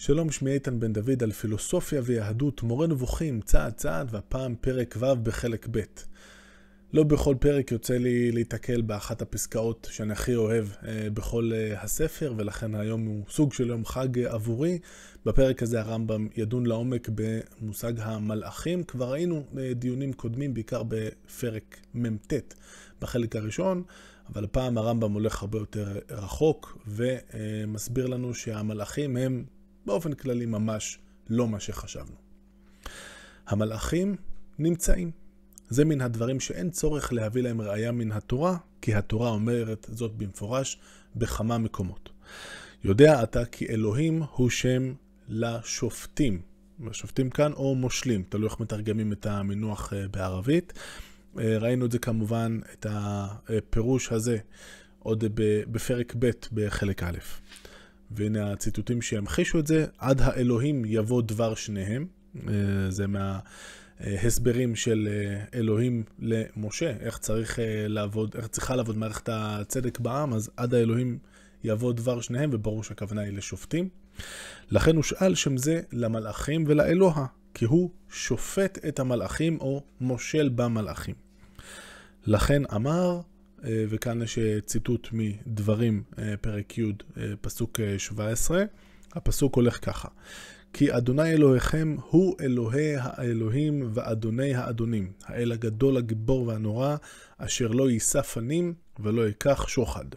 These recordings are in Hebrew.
שלום, שמי איתן בן דוד על פילוסופיה ויהדות, מורה נבוכים, צעד צעד, והפעם פרק ו' בחלק ב'. לא בכל פרק יוצא לי להתקל באחת הפסקאות שאני הכי אוהב בכל הספר, ולכן היום הוא סוג של יום חג עבורי. בפרק הזה הרמב"ם ידון לעומק במושג המלאכים. כבר ראינו דיונים קודמים, בעיקר בפרק מ"ט בחלק הראשון, אבל הפעם הרמב"ם הולך הרבה יותר רחוק ומסביר לנו שהמלאכים הם באופן כללי ממש לא מה שחשבנו. המלאכים נמצאים. זה מן הדברים שאין צורך להביא להם ראיה מן התורה, כי התורה אומרת זאת במפורש בכמה מקומות. יודע אתה כי אלוהים הוא שם לשופטים. השופטים כאן או מושלים, תלוי איך מתרגמים את המינוח בערבית. ראינו את זה כמובן, את הפירוש הזה, עוד בפרק ב' בחלק א'. והנה הציטוטים שימחישו את זה: עד האלוהים יבוא דבר שניהם. זה מההסברים של אלוהים למשה, איך צריכה לעבוד מערכת הצדק בעם. אז עד האלוהים יבוא דבר שניהם, וברור שהכוונה היא לשופטים. לכן הוא שאל שם זה למלאכים ולאלוה, כי הוא שופט את המלאכים או מושל במלאכים. לכן אמר, וכאן יש ציטוט מדברים פרק י' פסוק 17, הפסוק הולך ככה: כי אדוני אלוהיכם הוא אלוהי האלוהים ואדוני האדונים, האל הגדול הגיבור והנורא, אשר לא יישא פנים ולא ייקח שוחד.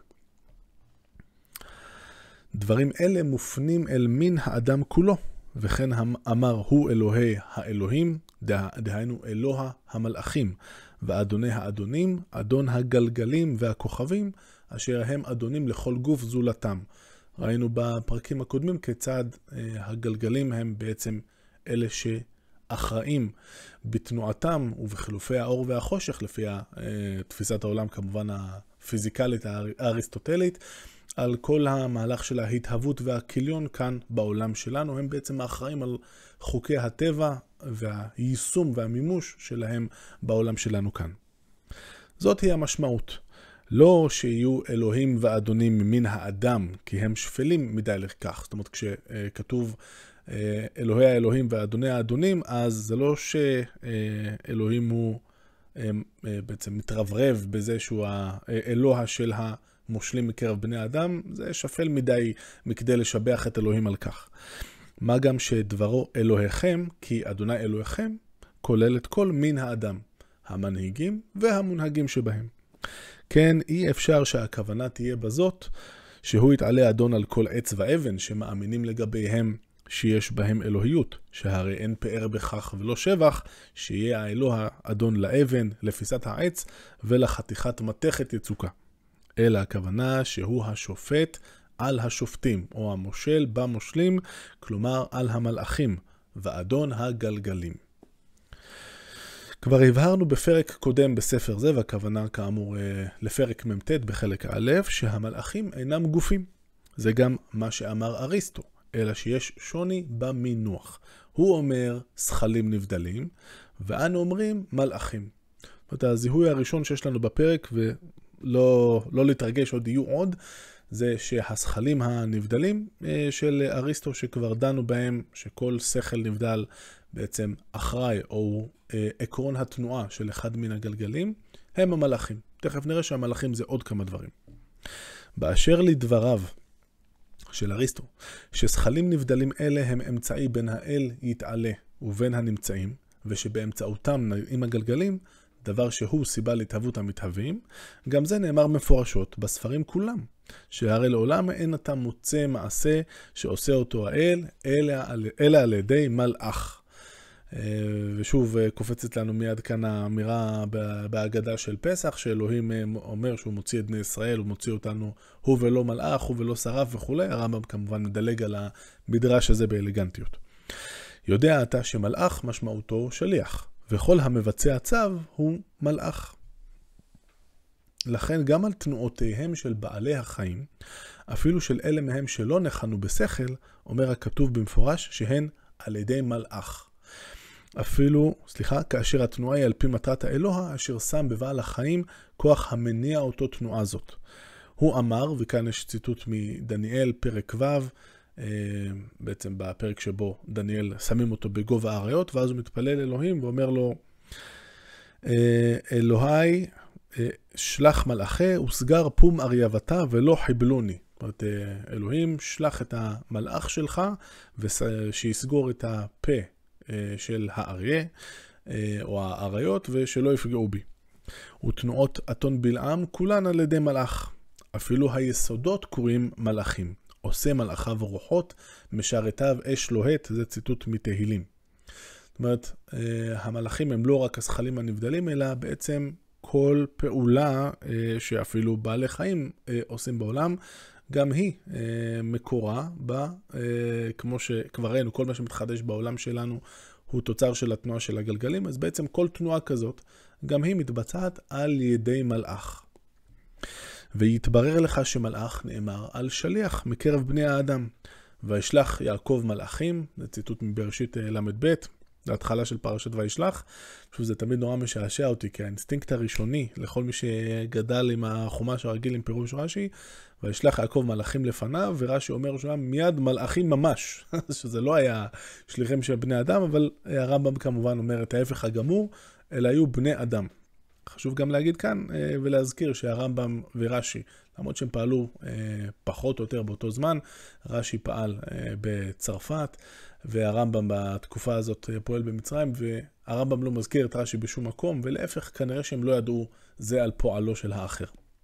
דברים אלה מופנים אל מין האדם כולו, וכן אמר הוא אלוהי האלוהים, דהיינו אלוה המלאכים, ואדוני האדונים, אדון הגלגלים והכוכבים, אשר הם אדונים לכל גוף זולתם. ראינו בפרקים הקודמים כיצד הגלגלים הם בעצם אלה שאחראים בתנועתם ובחילופי האור והחושך, לפי תפיסת העולם כמובן הפיזיקלית האריסטוטלית, על כל המהלך של ההתהוות והכיליון כאן בעולם שלנו. הם בעצם האחראים על חוקי הטבע והיישום והמימוש שלהם בעולם שלנו כאן. זאת היא המשמעות. לא שיהיו אלוהים ואדונים ממין האדם, כי הם שפלים מדי לכך. זאת אומרת, כשכתוב אלוהי האלוהים ואדוני האדונים, אז זה לא שאלוהים הוא בעצם מתרברב בזה שהוא האלוה של המושלים מקרב בני האדם. זה שפל מדי מכדי לשבח את אלוהים על כך. מה גם שדברו אלוהיכם, כי אדוני אלוהיכם, כולל את כל מין האדם, המנהיגים והמונהגים שבהם. כן, אי אפשר שהכוונה תהיה בזאת שהוא יתעלה אדון על כל עץ ואבן שמאמינים לגביהם שיש בהם אלוהיות, שהרי אין פאר בכך ולא שבח שיהיה האלוה אדון לאבן, לפיסת העץ ולחתיכת מתכת יצוקה. אלא הכוונה שהוא השופט על השופטים, או המושל במושלים, כלומר על המלאכים, ואדון הגלגלים. כבר הבהרנו בפרק קודם בספר זה, והכוונה כאמור לפרק מ"ט בחלק א', שהמלאכים אינם גופים. זה גם מה שאמר אריסטו, אלא שיש שוני במינוח. הוא אומר שכלים נבדלים, ואנו אומרים מלאכים. זאת אומרת, הזיהוי הראשון שיש לנו בפרק, ולא להתרגש, עוד יהיו עוד, זה שהשכלים הנבדלים של אריסטו שכבר דנו בהם, שכל שכל נבדל בעצם אחראי או עקרון התנועה של אחד מן הגלגלים, הם המלאכים. תכף נראה שהמלאכים זה עוד כמה דברים. באשר לדבריו של אריסטו, ששכלים נבדלים אלה הם אמצעי בין האל יתעלה ובין הנמצאים, ושבאמצעותם עם הגלגלים, דבר שהוא סיבה להתהוות המתהווים, גם זה נאמר מפורשות בספרים כולם, שהרי לעולם אין אתה מוצא מעשה שעושה אותו האל, אלא על ידי מלאך. ושוב קופצת לנו מיד כאן האמירה בהגדה של פסח, שאלוהים אומר שהוא מוציא את בני ישראל, הוא מוציא אותנו, הוא ולא מלאך, הוא ולא שרף וכו'. הרמב"ם כמובן מדלג על המדרש הזה באלגנטיות. יודע אתה שמלאך משמעותו שליח, וכל המבצע צו הוא מלאך. לכן גם על תנועותיהם של בעלי החיים, אפילו של אלה מהם שלא נחנו בשכל, אומר הכתוב במפורש שהן על ידי מלאך. אפילו, כאשר התנועה היא על פי מטרת האלוה, אשר שם בבעל החיים כוח המניע אותו תנועה זאת. הוא אמר, וכאן יש ציטוט מדניאל פרק ו', בעצם בפרק שבו דניאל שמים אותו בגובה האריות, ואז הוא מתפלל אלוהים ואומר לו, אלוהי, שלח מלאכי וסגר פום אריבתה ולא חיבלוני. זאת אומרת, אלוהים, שלח את המלאך שלך ושיסגור את הפה של האריה או האריות ושלא יפגעו בי. ותנועות אתון בלעם כולן על ידי מלאך. אפילו היסודות קוראים מלאכים. עושה מלאכיו רוחות, משרתיו אש לוהט, זה ציטוט מתהילים. זאת אומרת, המלאכים הם לא רק הזכלים הנבדלים, אלא בעצם כל פעולה שאפילו בעלי חיים עושים בעולם, גם היא מקורה בה, כמו שכבר ראינו, כל מה שמתחדש בעולם שלנו הוא תוצר של התנועה של הגלגלים, אז בעצם כל תנועה כזאת, גם היא מתבצעת על ידי מלאך. ויתברר לך שמלאך נאמר על שליח מקרב בני האדם. וישלח יעקב מלאכים, זה ציטוט מבראשית למד ב', זה התחלה של פרשת וישלח. זה תמיד נורא משעשע אותי, כי האינסטינקט הראשוני לכל מי שגדל עם החומש הרגיל עם פירוש רש"י, וישלח יעקב מלאכים לפניו, ורש"י אומר שם מיד מלאכים ממש, שזה לא היה שליחים של בני אדם, אבל הרמב"ם כמובן אומר את ההפך הגמור, אלא היו בני אדם. חשוב גם להגיד כאן ולהזכיר שהרמב"ם ורש"י, למרות שהם פעלו פחות או יותר באותו זמן, רש"י פעל בצרפת, והרמב"ם בתקופה הזאת פועל במצרים, והרמב"ם לא מזכיר את רש"י בשום מקום, ולהפך כנראה שהם לא ידעו זה על פועלו של האחר.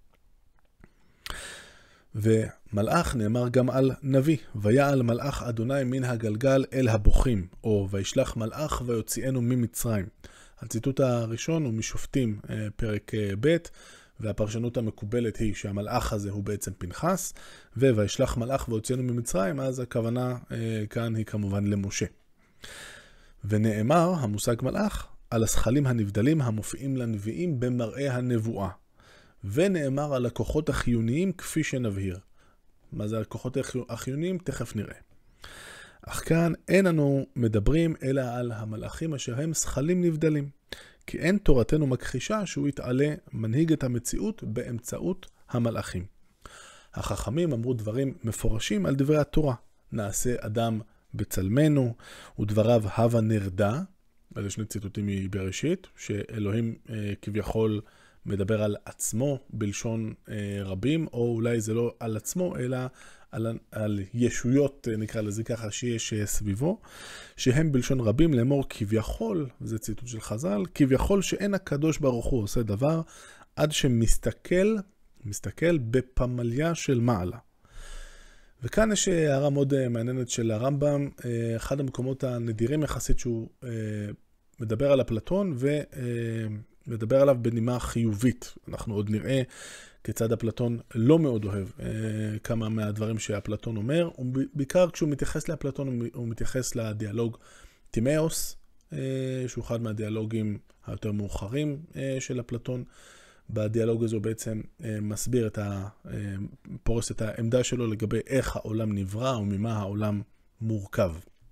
ומלאך נאמר גם על נביא, ויעל מלאך אדוני מן הגלגל אל הבוכים, או וישלח מלאך ויוציאנו ממצרים. הציטוט הראשון הוא משופטים פרק ב', והפרשנות המקובלת היא שהמלאך הזה הוא בעצם פנחס, וישלח מלאך והוציאנו ממצרים, אז הכוונה כאן היא כמובן למשה. ונאמר, המושג מלאך, על הזכלים הנבדלים המופיעים לנביאים במראה הנבואה. ונאמר על הכוחות החיוניים כפי שנבהיר. מה זה הכוחות החיוניים? תכף נראה. אך כאן אין אנו מדברים אלא על המלאכים אשר הם זכלים נבדלים. כי אין תורתנו מכחישה שהוא יתעלה מנהיג את המציאות באמצעות המלאכים. החכמים אמרו דברים מפורשים על דברי התורה. נעשה אדם בצלמנו, ודבריו הווה נרדה. אלה שני ציטוטים מבראשית, שאלוהים כביכול מדבר על עצמו בלשון רבים, או אולי זה לא על עצמו, אלא על ישויות, נקרא לזה ככה, שיש סביבו, שהם בלשון רבים לאמור כביכול, זה ציטוט של חז"ל, כביכול שאין הקדוש ברוך הוא עושה דבר, עד שמסתכל בפמליה של מעלה. וכאן יש הערה מאוד מעניינת של הרמב"ם, אחד המקומות הנדירים יחסית שהוא מדבר על אפלטון ומדבר עליו בנימה חיובית. אנחנו עוד נראה כיצד אפלטון לא מאוד אוהב כמה מהדברים שאפלטון אומר, ובעיקר כשהוא מתייחס לאפלטון הוא מתייחס לדיאלוג טימאוס, שהוא אחד מהדיאלוגים היותר מאוחרים של אפלטון. בדיאלוג הזה הוא בעצם מסביר פורס את העמדה שלו לגבי איך העולם נברא וממה העולם מורכב.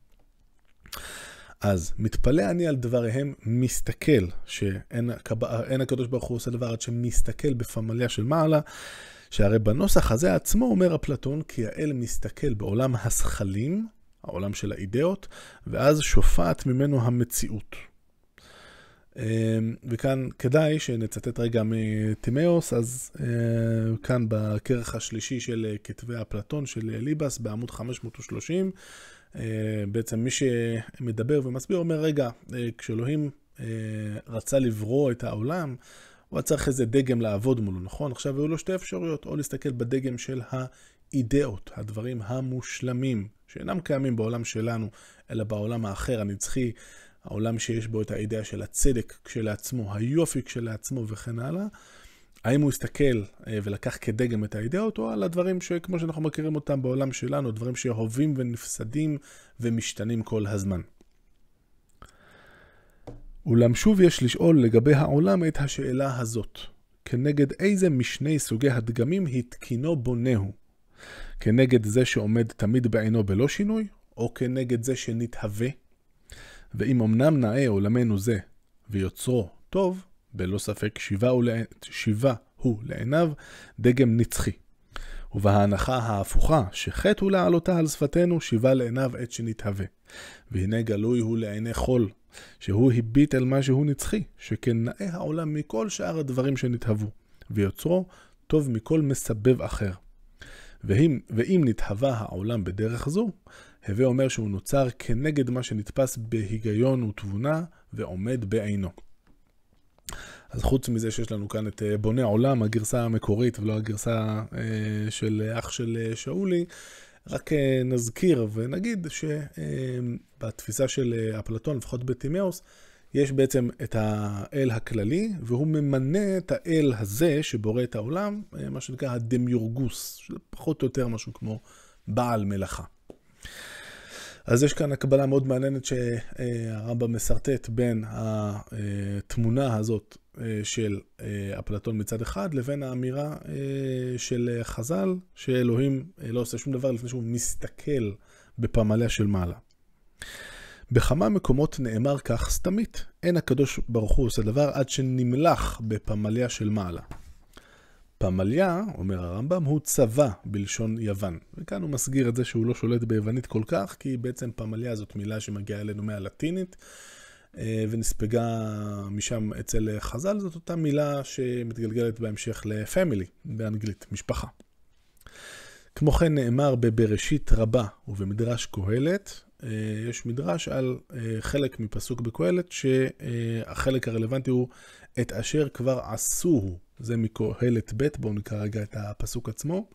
אז מתפלא אני על דבריהם מסתכל, שאין הקדוש ברוך הוא עושה דבר עד שמסתכל בפמליה של מעלה, שהרי בנוסח הזה עצמו אומר אפלטון כי האל מסתכל בעולם הזכלים, העולם של האידאות, ואז שופעת ממנו המציאות. וכאן כדאי שנצטט רגע מטימאוס, אז כאן בכרך השלישי של כתבי אפלטון של ליבס בעמוד 530, בעצם מי שמדבר ומסביר אומר, רגע, כשאלוהים רצה לברוא את העולם, הוא צריך איזה דגם לעבוד מולו, נכון? עכשיו היו לו שתי אפשרויות, או להסתכל בדגם של האידאות, הדברים המושלמים, שאינם קיימים בעולם שלנו, אלא בעולם האחר, הנצחי, העולם שיש בו את האידאה של הצדק כשלעצמו, היופי כשלעצמו וכן הלאה. האם הוא הסתכל ולקח כדגם את האידאות, או על הדברים שכמו שאנחנו מכירים אותם בעולם שלנו, דברים שהובים ונפסדים ומשתנים כל הזמן. אולם שוב יש לשאול לגבי העולם את השאלה הזאת. כנגד איזה משני סוגי הדגמים התקינו בונהו? כנגד זה שעומד תמיד בעינו בלא שינוי, או כנגד זה שנתהווה? ואם אמנם נאה עולמנו זה ויוצרו טוב, בלא ספק שיבה הוא לעיניו דגם נצחי. ובהנחה ההפוכה, שחטא הוא להעלותה על שפתנו, שיבה לעיניו עת שנתהווה. והנה גלוי הוא לעיני חול, שהוא הביט אל מה שהוא נצחי, שכן נאה העולם מכל שאר הדברים שנתהוו, ויוצרו טוב מכל מסבב אחר. ואם נתהווה העולם בדרך זו, הווה אומר שהוא נוצר כנגד מה שנתפס בהיגיון ותבונה, ועומד בעינו. אז חוץ מזה שיש לנו כאן את בונה עולם, הגרסה המקורית ולא הגרסה של אח של שאולי, רק נזכיר ונגיד שבתפיסה של אפלטון, לפחות בטימאוס, יש בעצם את האל הכללי, והוא ממנה את האל הזה שבורא את העולם, מה שנקרא הדמיורגוס, שזה פחות או יותר משהו כמו בעל מלאכה. אז יש כאן הקבלה מאוד מעניינת שהרמב"ם מסרטט בין התמונה הזאת של אפלטון מצד אחד, לבין האמירה של חז"ל, שאלוהים לא עושה שום דבר לפני שהוא מסתכל בפמליה של מעלה. בכמה מקומות נאמר כך סתמית, אין הקדוש ברוך הוא עושה דבר עד שנמלח בפמליה של מעלה. פמליה, אומר הרמב"ם, הוא צבא בלשון יוון. וכאן הוא מסגיר את זה שהוא לא שולט ביוונית כל כך, כי בעצם פמליה זאת מילה שמגיעה אלינו מהלטינית, ונספגה משם אצל חז"ל, זאת אותה מילה שמתגלגלת בהמשך לפמילי, באנגלית, משפחה. כמו כן נאמר בבראשית רבה ובמדרש קהלת, יש מדרש על חלק מפסוק בקהלת, שהחלק הרלוונטי הוא את אשר כבר עשוהו. זה מקהלת ב', בואו נקרא רגע את הפסוק עצמו.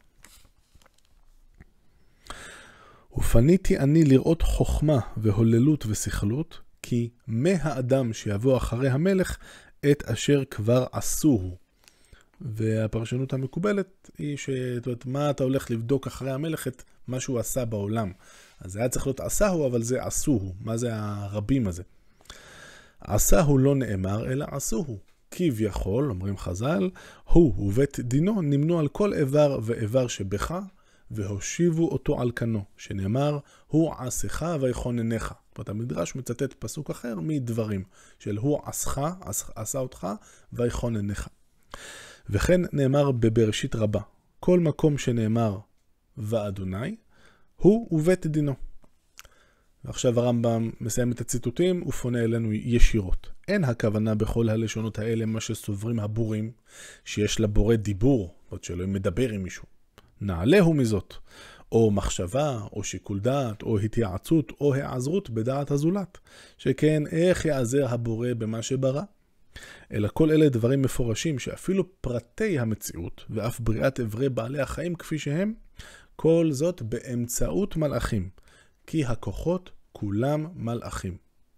ופניתי אני לראות חוכמה והוללות ושכלות, כי מהאדם שיבוא אחרי המלך את אשר כבר עשוהו. והפרשנות המקובלת היא מה אתה הולך לבדוק אחרי המלך את מה שהוא עשה בעולם. אז זה היה צריך להיות עשהו, אבל זה עשוהו. מה זה הרבים הזה? עשהו לא נאמר, אלא עשוהו. כביכול, אומרים חז"ל, הוא ובית דינו נמנו על כל איבר ואיבר שבך, והושיבו אותו על כנו, שנאמר, הוא עשך ויכוננך. זאת אומרת, המדרש מצטט פסוק אחר מדברים, של הוא עשך, עשה אותך, ויכוננך. וכן נאמר בבראשית רבה, כל מקום שנאמר ואדוני, הוא ובית דינו. ועכשיו הרמב"ם מסיים את הציטוטים ופונה אלינו ישירות. אין הכוונה בכל הלשונות האלה מה שסוברים הבורים, שיש לבורא דיבור, זאת שאלוהים מדבר עם מישהו. נעלהו מזאת, או מחשבה, או שיקול דעת, או התייעצות, או העזרות בדעת הזולת, שכן איך יעזר הבורא במה שברא? אלא כל אלה דברים מפורשים שאפילו פרטי המציאות, ואף בריאת אברי בעלי החיים כפי שהם, כל זאת באמצעות מלאכים, כי הכוחות כולם מלאכים.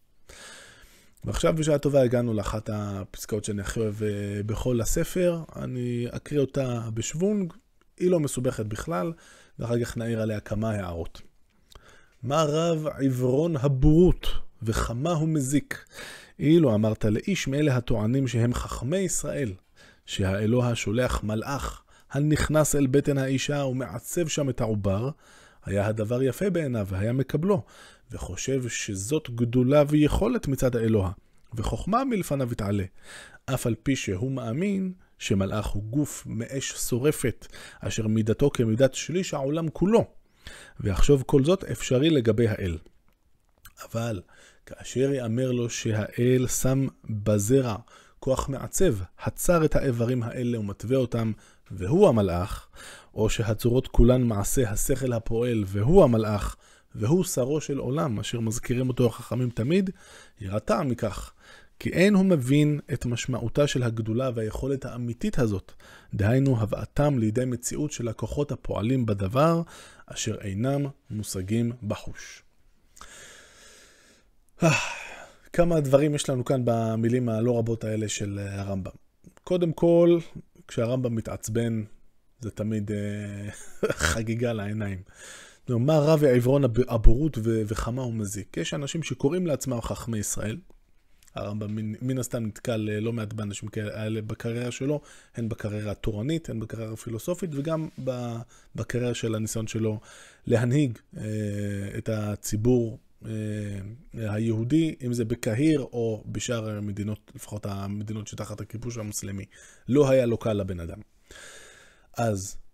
ועכשיו בשעה טובה הגענו לאחת הפסקאות שאני הכי אוהב בכל הספר, אני אקריא אותה בשוונג, היא לא מסובכת בכלל, ואחר כך נעיר עליה כמה הערות. מה רב עברון הבורות וכמה הוא מזיק, אילו אמרת לאיש מאלה הטוענים שהם חכמי ישראל, שהאלוה שולח מלאך, הנכנס אל בטן האישה ומעצב שם את העובר, היה הדבר יפה בעיניו והיה מקבלו, וחושב שזאת גדולה ויכולת מצד האלוה, וחוכמה מלפניו יתעלה, אף על פי שהוא מאמין שמלאך הוא גוף מאש שורפת, אשר מידתו כמידת שליש העולם כולו, ויחשוב כל זאת אפשרי לגבי האל. אבל כאשר יאמר לו שהאל שם בזרע כוח מעצב, הצר את האיברים האלה ומתווה אותם, והוא המלאך, או שהצורות כולן מעשה השכל הפועל, והוא המלאך, והוא שרו של עולם, אשר מזכירים אותו החכמים תמיד, ירתע מכך, כי אין הוא מבין את משמעותה של הגדולה והיכולת האמיתית הזאת, דהיינו הבאתם לידי מציאות של הכוחות הפועלים בדבר, אשר אינם מושגים בחוש. כמה דברים יש לנו כאן במילים הלא רבות האלה של הרמב"ם. קודם כל, כשהרמב"ם מתעצבן, זה תמיד חגיגה לעיניים. מה רב העברון הבורות וכמה הוא מזיק? יש אנשים שקוראים לעצמם חכמי ישראל. הרמב"ם מן הסתם נתקל לא מעט באנשים כאלה בקריירה שלו, הן בקריירה התורנית, הן בקריירה הפילוסופית, וגם בקריירה של הניסיון שלו להנהיג את הציבור היהודי, אם זה בקהיר או בשאר המדינות, לפחות המדינות שתחת הכיבוש המוסלמי. לא היה לו קל לבן אדם. אז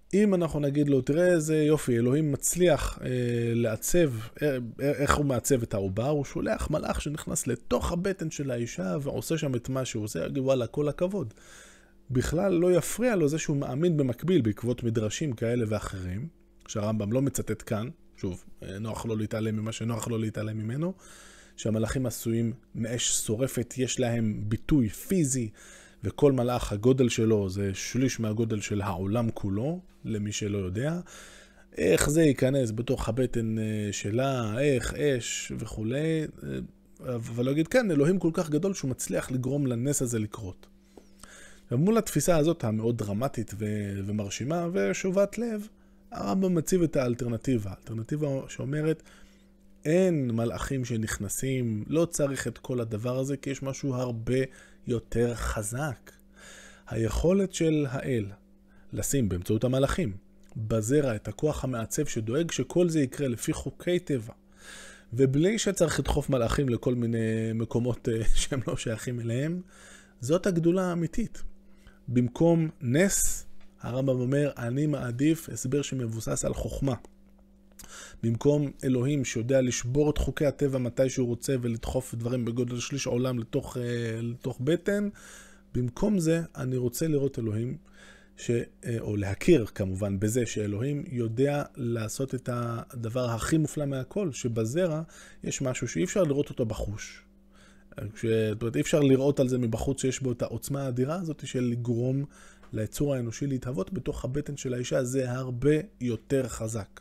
אם אנחנו נגיד לו, תראה איזה יופי, אלוהים מצליח לעצב, איך הוא מעצב את העובר, הוא שולח מלאך שנכנס לתוך הבטן של האישה ועושה שם את מה שהוא עושה, יגיד וואלה, כל הכבוד. בכלל לא יפריע לו זה שהוא מאמין במקביל בעקבות מדרשים כאלה ואחרים, שהרמב"ם לא מצטט כאן, שוב, נוח לו להתעלם ממה שנוח לו להתעלם ממנו, שהמלאכים עשויים מאש שורפת, יש להם ביטוי פיזי, וכל מלאך הגודל שלו זה שליש מהגודל של העולם כולו, למי שלא יודע. איך זה ייכנס בתוך הבטן שלה, איך, אש וכו'. אבל לא אגיד כן, אלוהים כל כך גדול שהוא מצליח לגרום לנס הזה לקרות. ומול התפיסה הזאת המאוד דרמטית ומרשימה ושובת לב, הרמב"ם מציב את האלטרנטיבה. האלטרנטיבה שאומרת, אין מלאכים שנכנסים, לא צריך את כל הדבר הזה, כי יש משהו הרבה יותר חזק. היכולת של האל לשים באמצעות המלאכים בזרע את הכוח המעצב שדואג שכל זה יקרה לפי חוקי טבע, ובלי שצריך לדחוף מלאכים לכל מיני מקומות שהם לא שייכים אליהם, זאת הגדולה האמיתית. במקום נס, הרמב"ם אומר, אני מעדיף הסבר שמבוסס על חוכמה. במקום אלוהים שיודע לשבור את חוקי הטבע מתי שהוא רוצה ולדחוף דברים בגודל שליש עולם לתוך בטן, במקום זה אני רוצה לראות אלוהים, או להכיר כמובן בזה שאלוהים יודע לעשות את הדבר הכי מופלא מהכל, שבזרע יש משהו שאי אפשר לראות אותו בחוש. אי אפשר לראות על זה מבחוץ שיש בו את העוצמה האדירה הזאת של לגרום ליצור האנושי להתהוות בתוך הבטן של האישה, זה הרבה יותר חזק.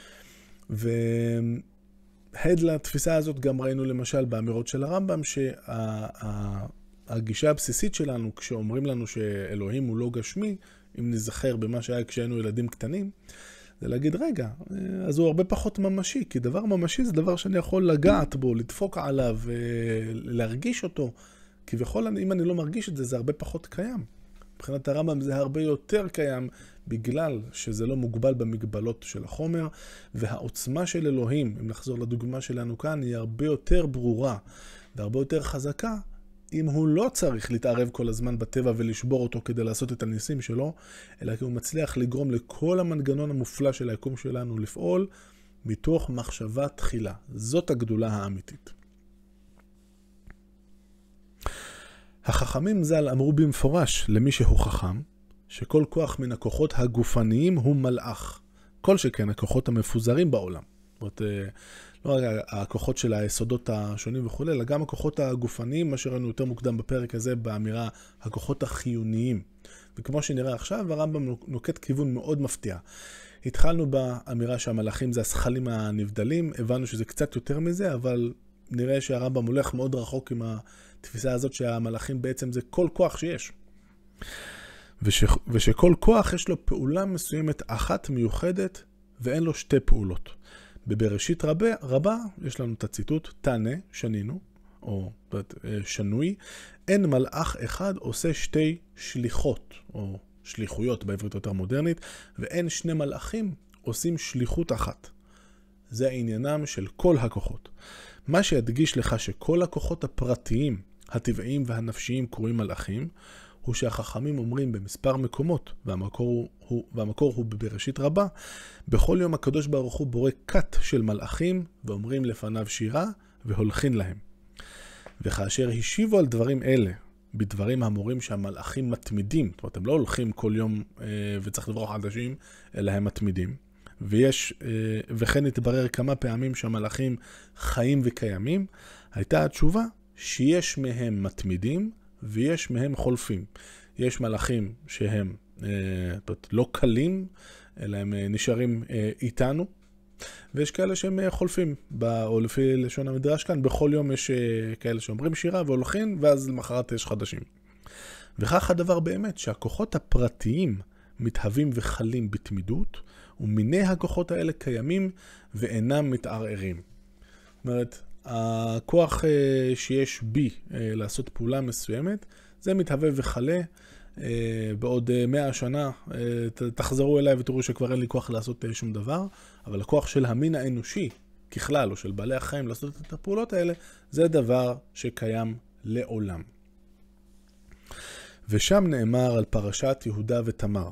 והד לתפיסה הזאת גם ראינו למשל באמירות של הרמב"ם, שהגישה הבסיסית שלנו כשאומרים לנו שאלוהים הוא לא גשמי, אם נזכר במה שהיה כשהיינו ילדים קטנים, זה להגיד רגע, אז הוא הרבה פחות ממשי, כי דבר ממשי זה דבר שאני יכול לגעת בו, לדפוק עליו, להרגיש אותו, כביכול אם אני לא מרגיש את זה, זה הרבה פחות קיים. מבחינת הרמב"ם זה הרבה יותר קיים, בגלל שזה לא מוגבל במגבלות של החומר, והעוצמה של אלוהים, אם נחזור לדוגמה שלנו כאן, היא הרבה יותר ברורה והרבה יותר חזקה, אם הוא לא צריך להתערב כל הזמן בטבע ולשבור אותו כדי לעשות את הניסים שלו, אלא כי הוא מצליח לגרום לכל המנגנון המופלא של היקום שלנו לפעול מתוך מחשבה תחילה. זאת הגדולה האמיתית. החכמים ז"ל אמרו במפורש למי שהוא חכם, שכל כוח מן הכוחות הגופניים הוא מלאך. כל שכן הכוחות המפוזרים בעולם. זאת אומרת, לא רק הכוחות של היסודות השונים וכו', אלא גם הכוחות הגופניים, מה שראינו יותר מוקדם בפרק הזה באמירה, הכוחות החיוניים. וכמו שנראה עכשיו, הרמב"ם נוקט כיוון מאוד מפתיע. התחלנו באמירה שהמלאכים זה השכלים הנבדלים, הבנו שזה קצת יותר מזה, אבל נראה שהרמב"ם הולך מאוד רחוק עם התפיסה הזאת שהמלאכים בעצם זה כל כוח שיש. ושכל כוח יש לו פעולה מסוימת אחת מיוחדת, ואין לו שתי פעולות. בבראשית רבה יש לנו את הציטוט, תענה, שנינו, או שנוי, אין מלאך אחד עושה שתי שליחות, או שליחויות בעברית יותר מודרנית, ואין שני מלאכים עושים שליחות אחת. זה העניינם של כל הכוחות. מה שידגיש לך שכל הכוחות הפרטיים, הטבעיים והנפשיים קוראים מלאכים, הוא שהחכמים אומרים במספר מקומות, והמקור הוא בבראשית רבה, בכל יום הקדוש ברוך הוא בורא כת של מלאכים, ואומרים לפניו שירה, והולכין להם. וכאשר השיבו על דברים אלה, בדברים המורים שהמלאכים מתמידים, זאת אומרת, הם לא הולכים כל יום וצריך לברוח חדשים, אלא הם מתמידים. וכן התברר כמה פעמים שהמלאכים חיים וקיימים, הייתה התשובה שיש מהם מתמידים, ויש מהם חולפים. יש מלאכים שהם לא קלים, אלא הם נשארים איתנו, ויש כאלה שהם חולפים, או לפי לשון המדרש כאן, בכל יום יש כאלה שאומרים שירה והולכים, ואז למחרת יש חדשים. וכך הדבר באמת, שהכוחות הפרטיים מתהווים וחלים בתמידות, ומיני הכוחות האלה קיימים ואינם מתערערים. זאת אומרת, הכוח שיש בי לעשות פעולה מסוימת, זה מתהווה וחלה. בעוד 100 שנה תחזרו אליי ותראו שכבר אין לי כוח לעשות שום דבר, אבל הכוח של המין האנושי ככלל, או של בעלי החיים לעשות את הפעולות האלה, זה דבר שקיים לעולם. ושם נאמר על פרשת יהודה ותמר,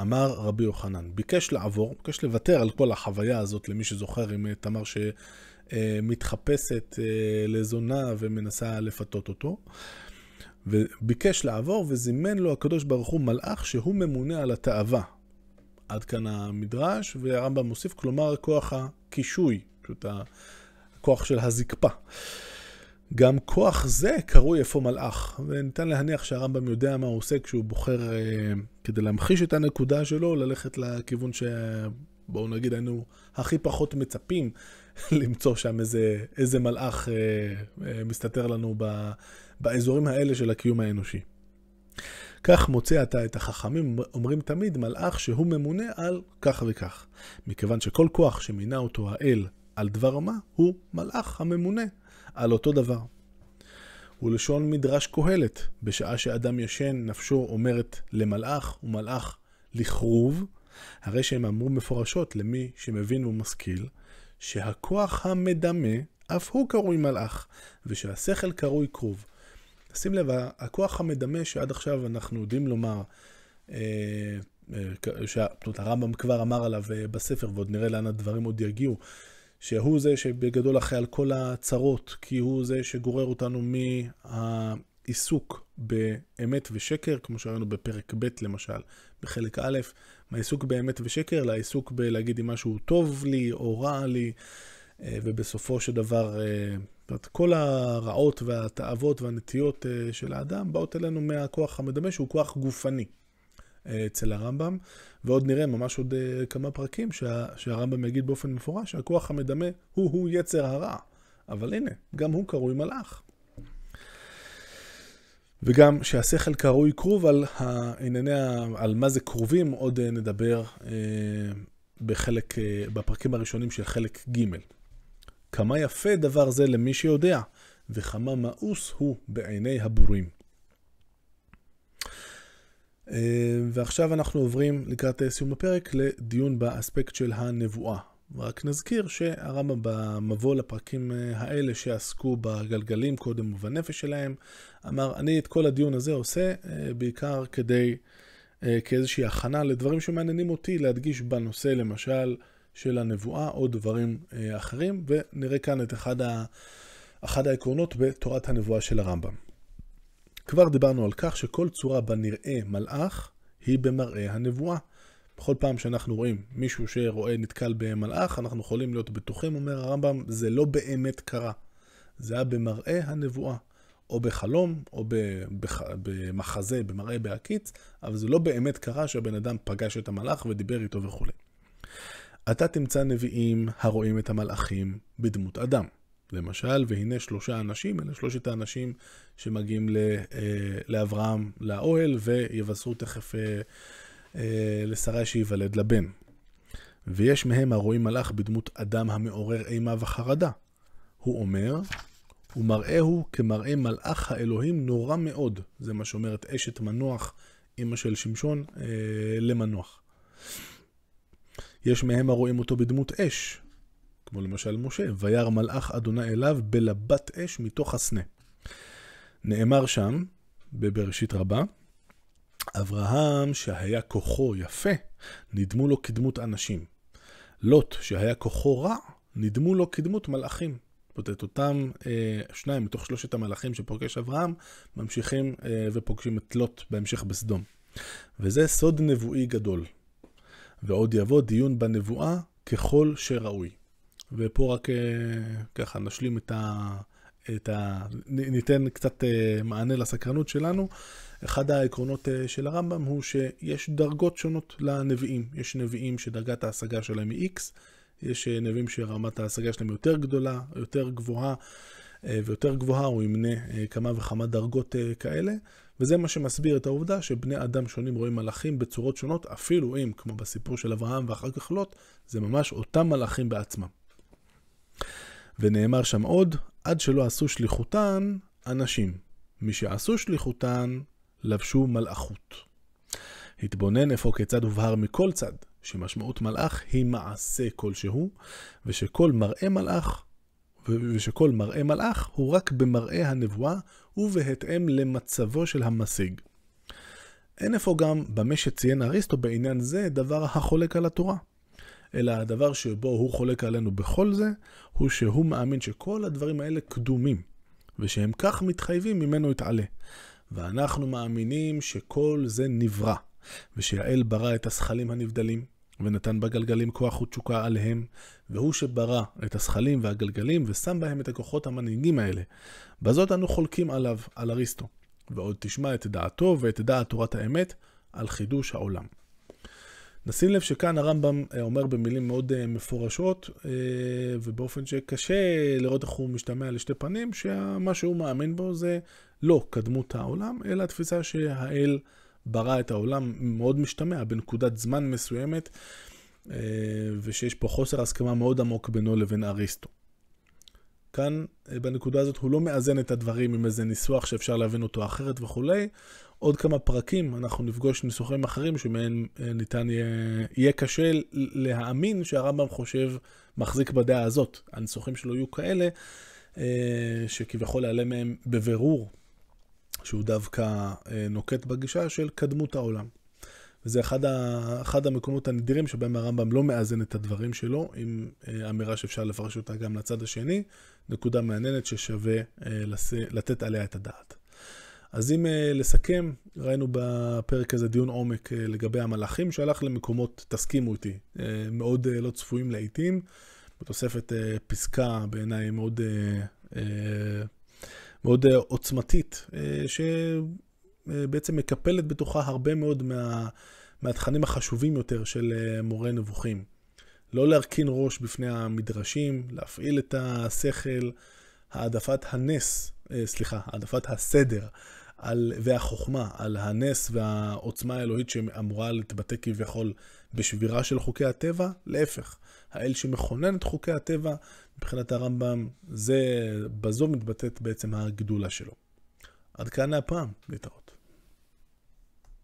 אמר רבי יוחנן, ביקש לוותר על כל החוויה הזאת, למי שזוכר עם תמר שמתחפשת לזונה ומנסה לפתות אותו, וביקש לעבור וזימן לו הקדוש ברוך הוא מלאך שהוא ממונה על התאווה. עד כאן המדרש, והרמב"ם מוסיף, כלומר כוח הקישוי, פשוט הכוח של הזקפה. גם כוח זה קרוי אפוא מלאך, וניתן להניח שהרמב"ם יודע מה הוא עושה כשהוא בוחר, כדי להמחיש את הנקודה שלו, ללכת לכיוון שבואו נגיד היינו הכי פחות מצפים למצוא שם איזה מלאך מסתתר לנו באזורים האלה של הקיום האנושי. כך מוצא אתה את החכמים, אומרים תמיד מלאך שהוא ממונה על כך וכך, מכיוון שכל כוח שמינה אותו האל על דבר מה, הוא מלאך הממונה על אותו דבר. ולשון מדרש קהלת, בשעה שאדם ישן נפשו אומרת למלאך ומלאך לכרוב, הרי שהם אמרו מפורשות למי שמבין ומשכיל, שהכוח המדמה אף הוא קרוי מלאך, ושהשכל קרוי כרוב. שים לב, הכוח המדמה שעד עכשיו אנחנו יודעים לומר, שהרמב"ם כבר אמר עליו בספר, ועוד נראה לאן הדברים עוד יגיעו, שהוא זה שבגדול אחראי על כל הצרות, כי הוא זה שגורר אותנו מהעיסוק באמת ושקר, כמו שראינו בפרק ב' למשל, בחלק א', מהעיסוק באמת ושקר, לעיסוק בלהגיד אם משהו טוב לי או רע לי, ובסופו של דבר, כל הרעות והתאוות והנטיות של האדם באות אלינו מהכוח המדמה, שהוא כוח גופני אצל הרמב"ם, ועוד נראה ממש עוד כמה פרקים שהרמב"ם יגיד באופן מפורש שהכוח המדמה הוא יצר הרע, אבל הנה, גם הוא קרוי מלאך. וגם שהשכל קרוי כרוב, על מה זה כרובים עוד נדבר בפרקים הראשונים של חלק ג'. כמה יפה דבר זה למי שיודע, וכמה מאוס הוא בעיני הבורים. ועכשיו אנחנו עוברים לקראת סיום הפרק לדיון באספקט של הנבואה. רק נזכיר שהרמב"ם במבוא לפרקים האלה שעסקו בגלגלים קודם ובנפש שלהם, אמר אני את כל הדיון הזה עושה בעיקר כאיזושהי הכנה לדברים שמעניינים אותי להדגיש בנושא למשל של הנבואה או דברים אחרים, ונראה כאן את אחד העקרונות בתורת הנבואה של הרמב"ם. כבר דיברנו על כך שכל צורה בה נראה מלאך היא במראה הנבואה. בכל פעם שאנחנו רואים מישהו שרואה נתקל במלאך, אנחנו יכולים להיות בטוחים, אומר הרמב"ם, זה לא באמת קרה. זה היה במראה הנבואה, או בחלום, או במחזה, במראה בהקיץ, אבל זה לא באמת קרה שהבן אדם פגש את המלאך ודיבר איתו וכו'. אתה תמצא נביאים הרואים את המלאכים בדמות אדם. למשל, והנה 3 אנשים, אלה 3 האנשים שמגיעים לאברהם לאוהל, ויבשרו תכף לשרה שיוולד לבן. ויש מהם הרואים מלאך בדמות אדם המעורר אימה וחרדה. הוא אומר, ומראהו כמראה מלאך האלוהים נורא מאוד. זה מה שאומרת אשת מנוח, אמא של שמשון, למנוח. יש מהם הרואים אותו בדמות אש, כמו למשל משה, וירא מלאך אדוני אליו בלבת אש מתוך הסנה. נאמר שם, בבראשית רבה, אברהם שהיה כוחו יפה, נדמו לו כדמות אנשים. לוט שהיה כוחו רע, נדמו לו כדמות מלאכים. את אותם 2 מתוך 3 המלאכים שפוגש אברהם, ממשיכים ופוגשים את לוט בהמשך בסדום. וזה סוד נבואי גדול. ועוד יבוא דיון בנבואה ככל שראוי. ופה רק ככה נשלים ניתן קצת מענה לסקרנות שלנו. אחד העקרונות של הרמב"ם הוא שיש דרגות שונות לנביאים. יש נביאים שדרגת ההשגה שלהם היא X, יש נביאים שרמת ההשגה שלהם יותר גדולה, יותר גבוהה, ויותר גבוהה הוא ימנה כמה וכמה דרגות כאלה, וזה מה שמסביר את העובדה שבני אדם שונים רואים מלאכים בצורות שונות, אפילו אם, כמו בסיפור של אברהם ואחר כך לוט, זה ממש אותם מלאכים בעצמם. ונאמר שם עוד, עד שלא עשו שליחותן אנשים. מי שעשו שליחותן לבשו מלאכות. התבונן איפה כיצד הובהר מכל צד, שמשמעות מלאך היא מעשה כלשהו, ושכל מראה מלאך הוא רק במראה הנבואה ובהתאם למצבו של המשיג. אין אפוא גם במה שציין אריסטו בעניין זה דבר החולק על התורה. אלא הדבר שבו הוא חולק עלינו בכל זה, הוא שהוא מאמין שכל הדברים האלה קדומים, ושהם כך מתחייבים ממנו יתעלה. ואנחנו מאמינים שכל זה נברא, ושהאל ברא את השכלים הנבדלים, ונתן בגלגלים כוח ותשוקה עליהם, והוא שברא את השכלים והגלגלים, ושם בהם את הכוחות המנהיגים האלה. בזאת אנו חולקים עליו, על אריסטו. ועוד תשמע את דעתו ואת דעת תורת האמת על חידוש העולם. נשים לב שכאן הרמב"ם אומר במילים מאוד מפורשות, ובאופן שקשה לראות איך הוא משתמע לשתי פנים, שמה שהוא מאמין בו זה לא קדמות העולם, אלא התפיסה שהאל ברא את העולם מאוד משתמע בנקודת זמן מסוימת, ושיש פה חוסר הסכמה מאוד עמוק בינו לבין אריסטו. כאן בנקודה הזאת הוא לא מאזן את הדברים עם איזה ניסוח שאפשר להבין אותו אחרת וכו'. עוד כמה פרקים אנחנו נפגוש ניסוחים אחרים שמהם ניתן יהיה קשה להאמין שהרמב"ם חושב מחזיק בדעה הזאת. הניסוחים שלו יהיו כאלה שכביכול יעלה מהם בבירור שהוא דווקא נוקט בגישה של קדמות העולם. וזה אחד המקומות הנדירים שבהם הרמב"ם לא מאזן את הדברים שלו, עם אמירה שאפשר לפרש אותה גם לצד השני, נקודה מעניינת ששווה לתת עליה את הדעת. אז אם לסכם, ראינו בפרק הזה דיון עומק לגבי המלאכים, שהלך למקומות, תסכימו איתי, מאוד לא צפויים לעיתים, בתוספת פסקה בעיניי מאוד עוצמתית, שבעצם מקפלת בתוכה הרבה מאוד מהתכנים החשובים יותר של מורה נבוכים. לא להרכין ראש בפני המדרשים, להפעיל את השכל, העדפת הסדר והחוכמה על הנס והעוצמה האלוהית שאמורה להתבטא כביכול בשבירה של חוקי הטבע. להפך, האל שמכונן את חוקי הטבע, מבחינת הרמב"ם, בזו מתבטאת בעצם הגדולה שלו. עד כאן הפעם, להתראות.